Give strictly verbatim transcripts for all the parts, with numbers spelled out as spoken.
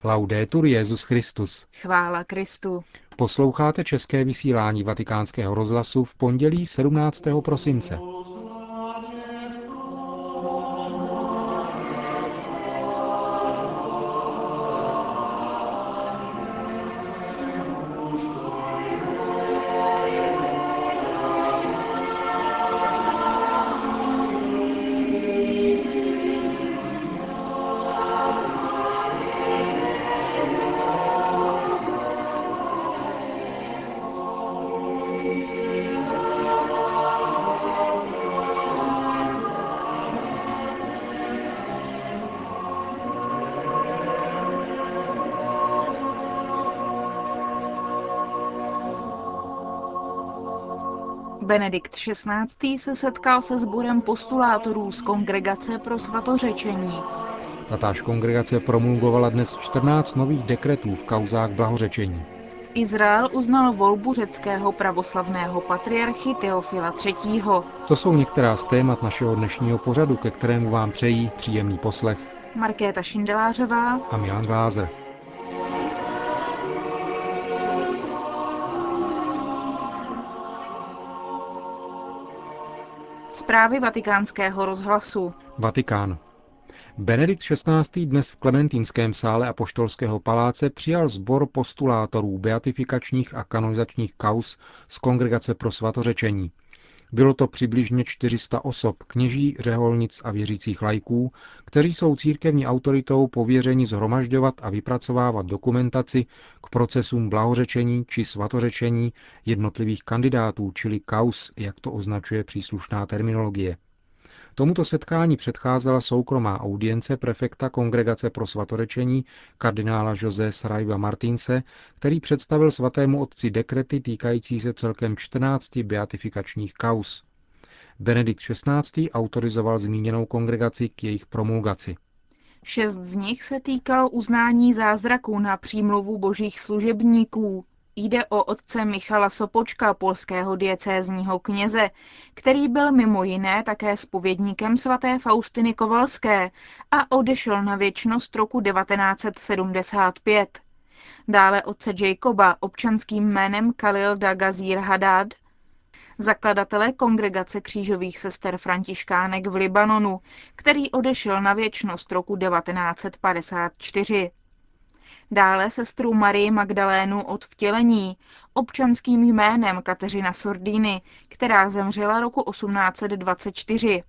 Laudetur Jesus Christus. Chvála Kristu. Posloucháte české vysílání Vatikánského rozhlasu v pondělí sedmnáctého prosince. Benedikt šestnáctý. se setkal se sborem postulátorů z Kongregace pro svatořečení. Tatáž kongregace promulgovala dnes čtrnáct nových dekretů v kauzách blahořečení. Izrael uznal volbu řeckého pravoslavného patriarchy Teofila třetího. To jsou některá z témat našeho dnešního pořadu, ke kterému vám přejí příjemný poslech Markéta Šindelářová a Milan Glázer. Zprávy Vatikánského rozhlasu. Vatikán. Benedikt šestnáctý. dnes v Klementínském sále Apoštolského paláce přijal sbor postulátorů beatifikačních a kanonizačních kauz z Kongregace pro svatořečení. Bylo to přibližně čtyři sta osob, kněží, řeholnic a věřících laiků, kteří jsou církevní autoritou pověřeni shromažďovat a vypracovávat dokumentaci k procesům blahořečení či svatořečení jednotlivých kandidátů, čili kauz, jak to označuje příslušná terminologie. Tomuto setkání předcházela soukromá audience prefekta Kongregace pro svatořečení kardinála José Saraiva Martínse, který představil svatému otci dekrety týkající se celkem čtrnácti beatifikačních kauz. Benedikt šestnáctý. autorizoval zmíněnou kongregaci k jejich promulgaci. Šest z nich se týkalo uznání zázraků na přímluvu božích služebníků. Jde o otce Michala Sopočka, polského diecézního kněze, který byl mimo jiné také zpovědníkem svaté Faustiny Kovalské a odešel na věčnost roku devatenáct set sedmdesát pět. Dále otce Jacoba, občanským jménem Khalil da Gazir Haddad, zakladatele Kongregace křížových sester františkánek v Libanonu, který odešel na věčnost roku devatenáct set padesát čtyři. Dále sestru Marii Magdalénu od vtělení, občanským jménem Kateřina Sordini, která zemřela roku osmnáct set dvacet čtyři.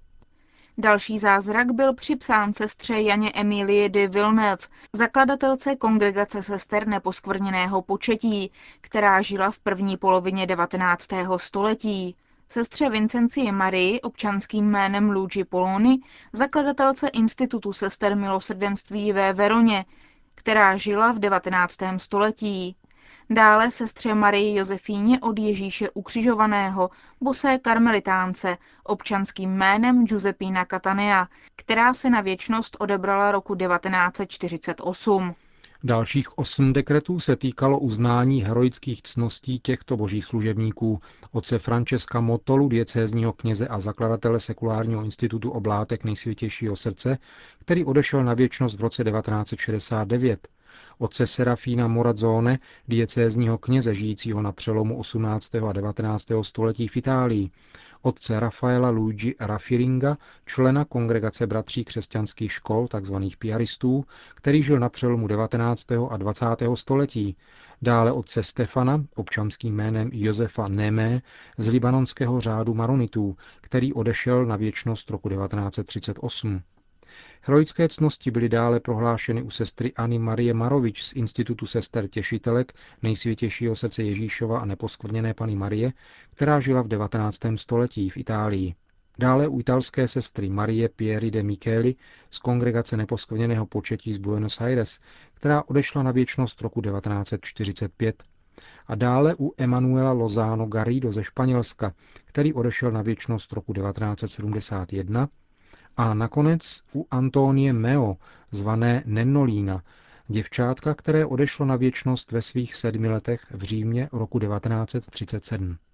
Další zázrak byl připsán sestře Janě Emilie de Villeneuve, zakladatelce Kongregace sester neposkvrněného početí, která žila v první polovině devatenáctého století. Sestře Vincencii Marii, občanským jménem Luigi Poloni, zakladatelce Institutu sester milosrdenství ve Veroně, která žila v devatenáctém století. Dále sestře Marii Josefíně od Ježíše ukřižovaného, bosé karmelitánce, občanským jménem Giuseppina Catanea, která se na věčnost odebrala roku devatenáct set čtyřicet osm. Dalších osm dekretů se týkalo uznání heroických ctností těchto božích služebníků, otce Francesca Motolu, diecézního kněze a zakladatele sekulárního institutu oblátek Nejsvětějšího srdce, který odešel na věčnost v roce devatenáct set šedesát devět, otce Serafína Morazzone, diecézního kněze žijícího na přelomu osmnáctého a devatenáctého století v Itálii, otce Rafaela Luigi Raffiringa, člena Kongregace bratří křesťanských škol, tzv. Piaristů, který žil na přelomu devatenáctého a dvacátého století, dále otce Stefana, občanským jménem Josefa Némé, z libanonského řádu Maronitů, který odešel na věčnost roku devatenáct set třicet osm. Heroické ctnosti byly dále prohlášeny u sestry Anny Marie Marovič z Institutu sester těšitelek Nejsvětějšího srdce Ježíšova a neposkvrněné Panny Marie, která žila v devatenáctém století v Itálii. Dále u italské sestry Marie Pieri de Micheli z Kongregace neposkvrněného početí z Buenos Aires, která odešla na věčnost roku devatenáct set čtyřicet pět. A dále u Emanuela Lozano Garrido ze Španělska, který odešel na věčnost roku devatenáct set sedmdesát jedna, a nakonec u Antonie Meo, zvané Nennolína, děvčátka, které odešlo na věčnost ve svých sedmi letech v Římě roku devatenáct set třicet sedm.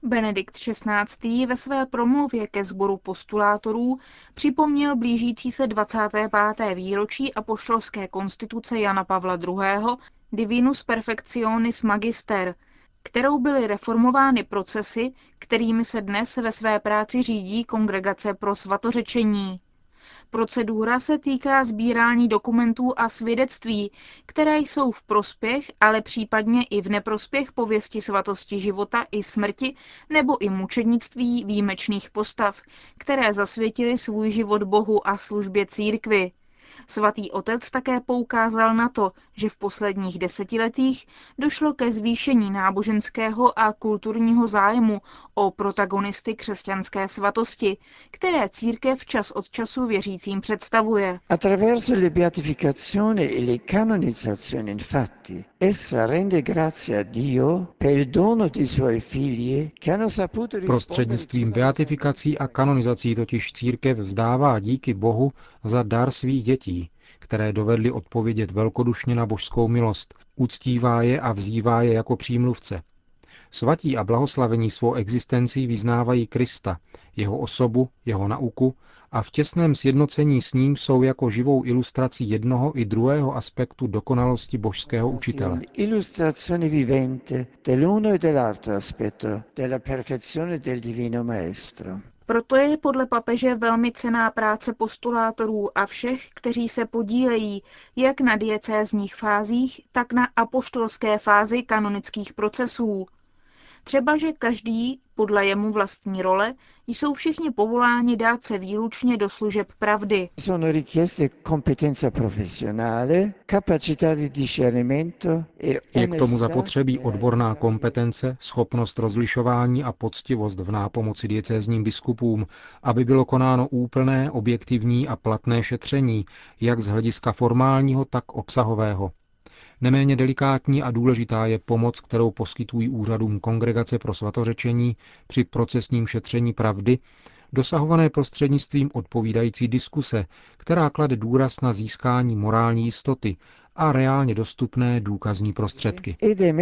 Benedikt šestnáctý. ve své promluvě ke sboru postulátorů připomněl blížící se dvacáté páté výročí apoštolské konstituce Jana Pavla druhého. Divinus Perfectionis Magister, kterou byly reformovány procesy, kterými se dnes ve své práci řídí Kongregace pro svatořečení. Procedura se týká sbírání dokumentů a svědectví, které jsou v prospěch, ale případně i v neprospěch pověsti svatosti života i smrti nebo i mučednictví výjimečných postav, které zasvětily svůj život Bohu a službě církvi. Svatý otec také poukázal na to, že v posledních desetiletích došlo ke zvýšení náboženského a kulturního zájmu o protagonisty křesťanské svatosti, které církev čas od času věřícím představuje. Attraverso le beatificazioni e le canonizzazioni, infatti, essa rende grazie a Dio per il dono dei suoi figli che hanno saputo rispondere. Prostřednictvím beatifikací a kanonizací totiž církev vzdává díky Bohu za dar svých dětí, které dovedly odpovědět velkodušně na božskou milost, uctívá je a vzývá je jako přímluvce. Svatí a blahoslavení svou existencí vyznávají Krista, jeho osobu, jeho nauku a v těsném sjednocení s ním jsou jako živou ilustrací jednoho i druhého aspektu dokonalosti božského učitele. Illustrazione vivente dell'uno e dell'altro aspetto della perfezione del divino maestro. Proto je podle papeže velmi cenná práce postulátorů a všech, kteří se podílejí jak na diecézních fázích, tak na apoštolské fázi kanonických procesů. Třeba, že každý, podle jemu vlastní role, jsou všichni povoláni dát se výlučně do služeb pravdy. Sono richieste competenza professionale, capacità di discernimento e Je k tomu zapotřebí odborná kompetence, schopnost rozlišování a poctivost v nápomoci diecézním biskupům, aby bylo konáno úplné, objektivní a platné šetření, jak z hlediska formálního, tak obsahového. Neméně delikátní a důležitá je pomoc, kterou poskytují úřadům Kongregace pro svatořečení při procesním šetření pravdy, dosahované prostřednictvím odpovídající diskuse, která klade důraz na získání morální jistoty a reálně dostupné důkazní prostředky.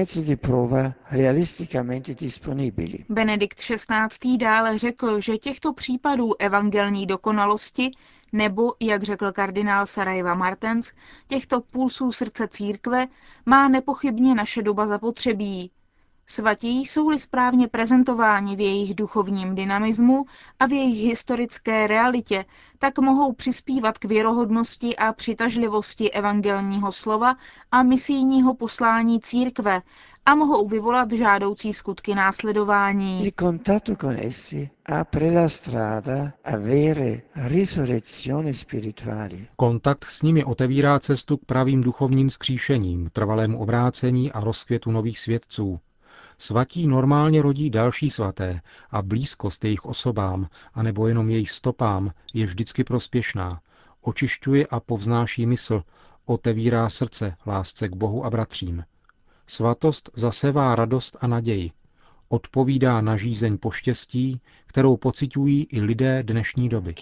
Benedikt šestnáctý. dále řekl, že těchto případů evangelní dokonalosti nebo, jak řekl kardinál Sarajeva Martens, těchto pulsů srdce církve má nepochybně naše doba zapotřebí. Svatí jsou-li správně prezentováni v jejich duchovním dynamismu a v jejich historické realitě, tak mohou přispívat k věrohodnosti a přitažlivosti evangelního slova a misijního poslání církve a mohou vyvolat žádoucí skutky následování. Il contatto con essi apre la strada a vere risurrezioni spirituali. Kontakt s nimi otevírá cestu k pravým duchovním vzkříšením, trvalému obrácení a rozkvětu nových světců. Svatí normálně rodí další svaté a blízkost jejich osobám, anebo jenom jejich stopám, je vždycky prospěšná. Očišťuje a povznáší mysl, otevírá srdce lásce k Bohu a bratřím. Svatost zasevá radost a naději. Odpovídá na žízeň poštěstí, kterou pociťují i lidé dnešní doby.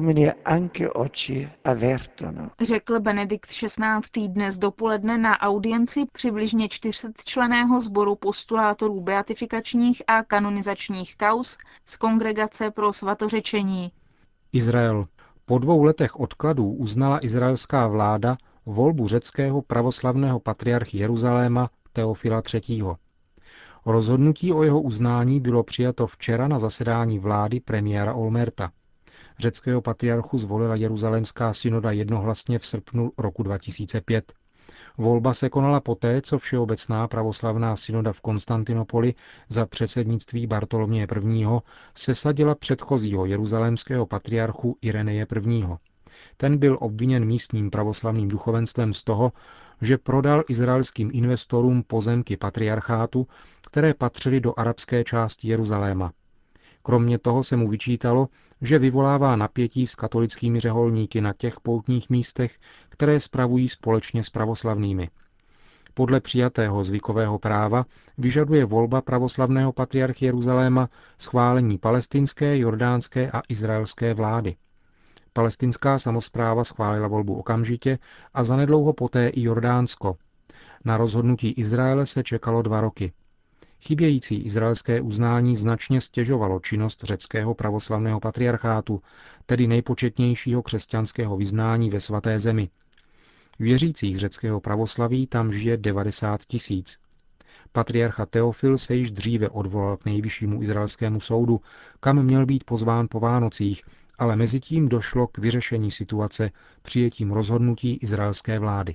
Řekl Benedikt šestnáctý. dnes dopoledne na audienci přibližně čtyřsetčlenného sboru postulátorů beatifikačních a kanonizačních kauz z Kongregace pro svatořečení. Izrael. Po dvou letech odkladů uznala izraelská vláda volbu řeckého pravoslavného patriarchy Jeruzaléma Teofila třetího. Rozhodnutí o jeho uznání bylo přijato včera na zasedání vlády premiéra Olmerta. Řeckého patriarchu zvolila Jeruzalémská synoda jednohlasně v srpnu roku dva tisíce pět. Volba se konala poté, co Všeobecná pravoslavná synoda v Konstantinopoli za předsednictví Bartoloměje prvního. sesadila předchozího jeruzalémského patriarchu Ireneje prvního. Ten byl obviněn místním pravoslavným duchovenstvem z toho, že prodal izraelským investorům pozemky patriarchátu, které patřily do arabské části Jeruzaléma. Kromě toho se mu vyčítalo, že vyvolává napětí s katolickými řeholníky na těch poutních místech, které spravují společně s pravoslavnými. Podle přijatého zvykového práva vyžaduje volba pravoslavného patriarchy Jeruzaléma schválení palestinské, jordánské a izraelské vlády. Palestinská samospráva schválila volbu okamžitě a zanedlouho poté i Jordánsko. Na rozhodnutí Izraele se čekalo dva roky. Chybějící izraelské uznání značně stěžovalo činnost řeckého pravoslavného patriarchátu, tedy nejpočetnějšího křesťanského vyznání ve svaté zemi. Věřících řeckého pravoslaví tam žije devadesát tisíc. Patriarcha Teofil se již dříve odvolal k nejvyššímu izraelskému soudu, kam měl být pozván po Vánocích, ale mezitím došlo k vyřešení situace přijetím rozhodnutí izraelské vlády.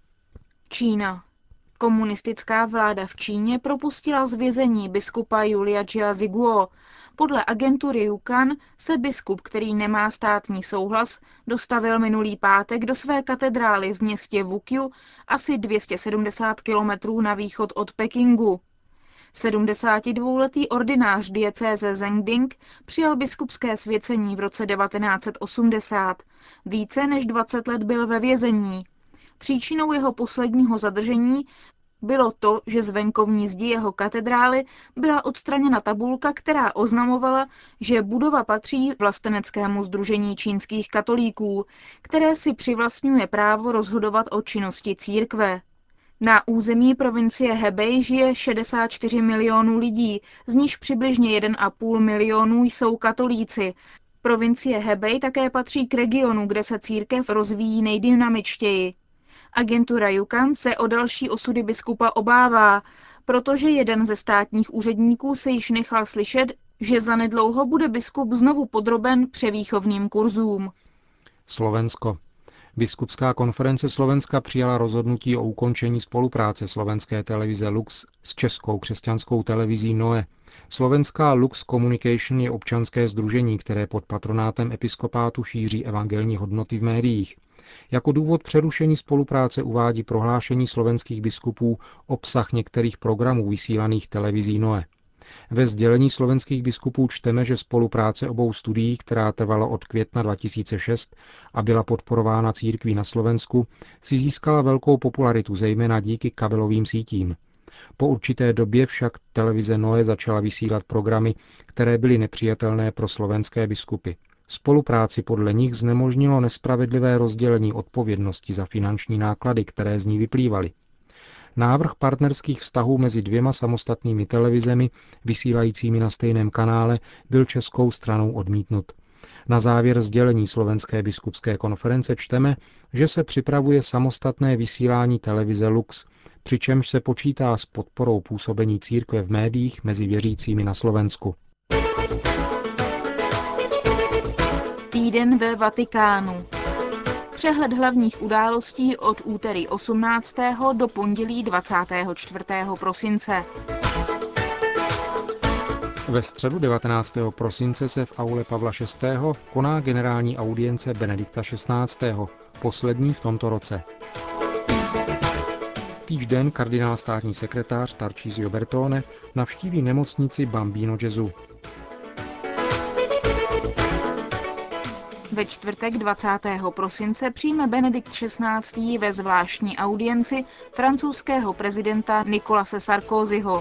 Čína. Komunistická vláda v Číně propustila z vězení biskupa Julia Jia Ziguo. Podle agentury Yukan se biskup, který nemá státní souhlas, dostavil minulý pátek do své katedrály v městě Wukju, asi dvě stě sedmdesát kilometrů na východ od Pekingu. sedmdesátidvouletý ordinář diecéze Zhengding přijal biskupské svěcení v roce devatenáct set osmdesát. Více než dvacet let byl ve vězení. Příčinou jeho posledního zadržení bylo to, že z venkovní zdi jeho katedrály byla odstraněna tabulka, která oznamovala, že budova patří vlasteneckému sdružení čínských katolíků, které si přivlastňuje právo rozhodovat o činnosti církve. Na území provincie Hebei žije šedesát čtyři milionů lidí, z nichž přibližně jeden a půl milionu jsou katolíci. Provincie Hebei také patří k regionu, kde se církev rozvíjí nejdynamičtěji. Agentura Yukan se o další osudy biskupa obává, protože jeden ze státních úředníků se již nechal slyšet, že zanedlouho bude biskup znovu podroben převýchovným kurzům. Slovensko. Biskupská konference Slovenska přijala rozhodnutí o ukončení spolupráce slovenské televize Lux s českou křesťanskou televizí Noe. Slovenská Lux Communication je občanské sdružení, které pod patronátem episkopátu šíří evangelní hodnoty v médiích. Jako důvod přerušení spolupráce uvádí prohlášení slovenských biskupů obsah některých programů vysílaných televizí Noe. Ve sdělení slovenských biskupů čteme, že spolupráce obou studií, která trvala od května dva tisíce šest a byla podporována církví na Slovensku, si získala velkou popularitu, zejména díky kabelovým sítím. Po určité době však televize Noe začala vysílat programy, které byly nepřijatelné pro slovenské biskupy. Spolupráci podle nich znemožnilo nespravedlivé rozdělení odpovědnosti za finanční náklady, které z ní vyplývaly. Návrh partnerských vztahů mezi dvěma samostatnými televizemi, vysílajícími na stejném kanále, byl českou stranou odmítnut. Na závěr sdělení Slovenské biskupské konference čteme, že se připravuje samostatné vysílání televize Lux, přičemž se počítá s podporou působení církve v médiích mezi věřícími na Slovensku. Týden ve Vatikánu. Přehled hlavních událostí od úterý osmnáctého do pondělí dvacátého čtvrtého prosince. Ve středu devatenáctého prosince se v aule Pavla šestého. koná generální audience Benedikta šestnáctého., poslední v tomto roce. Týž den kardinál státní sekretář Tarcísio Bertone navštíví nemocnici Bambino Gesù. Ve čtvrtek dvacátého prosince přijme Benedikt šestnáctý. Ve zvláštní audienci francouzského prezidenta Nicolase Sarkozyho.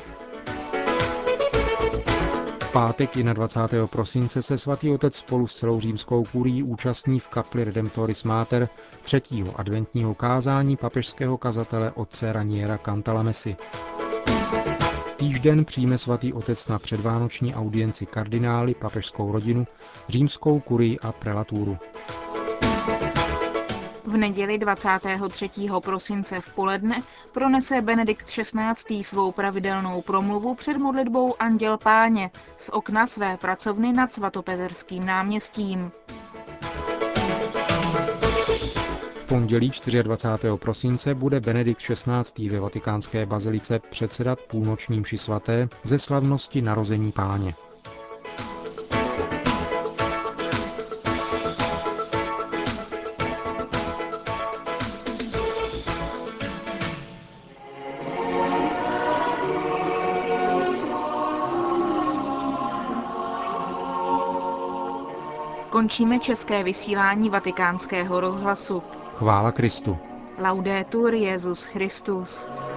V pátek dvacátého prvního prosince se svatý otec spolu s celou římskou kurií účastní v kapli Redemptoris Mater třetího adventního kázání papežského kazatele otce Raniera Cantalamessy. Týžden přijme svatý otec na předvánoční audienci kardinály, papežskou rodinu, římskou kurii a prelaturu. V neděli dvacátého třetího prosince v poledne pronese Benedikt šestnáctý. svou pravidelnou promluvu před modlitbou Anděl Páně z okna své pracovny nad svatopetrským náměstím. V pondělí dvacátého čtvrtého prosince bude Benedikt šestnáctý. ve vatikánské bazilice předsedat půlnoční mši svaté ze slavnosti narození Páně. Končíme české vysílání Vatikánského rozhlasu. Chvála Kristu. Laudetur Jesus Christus.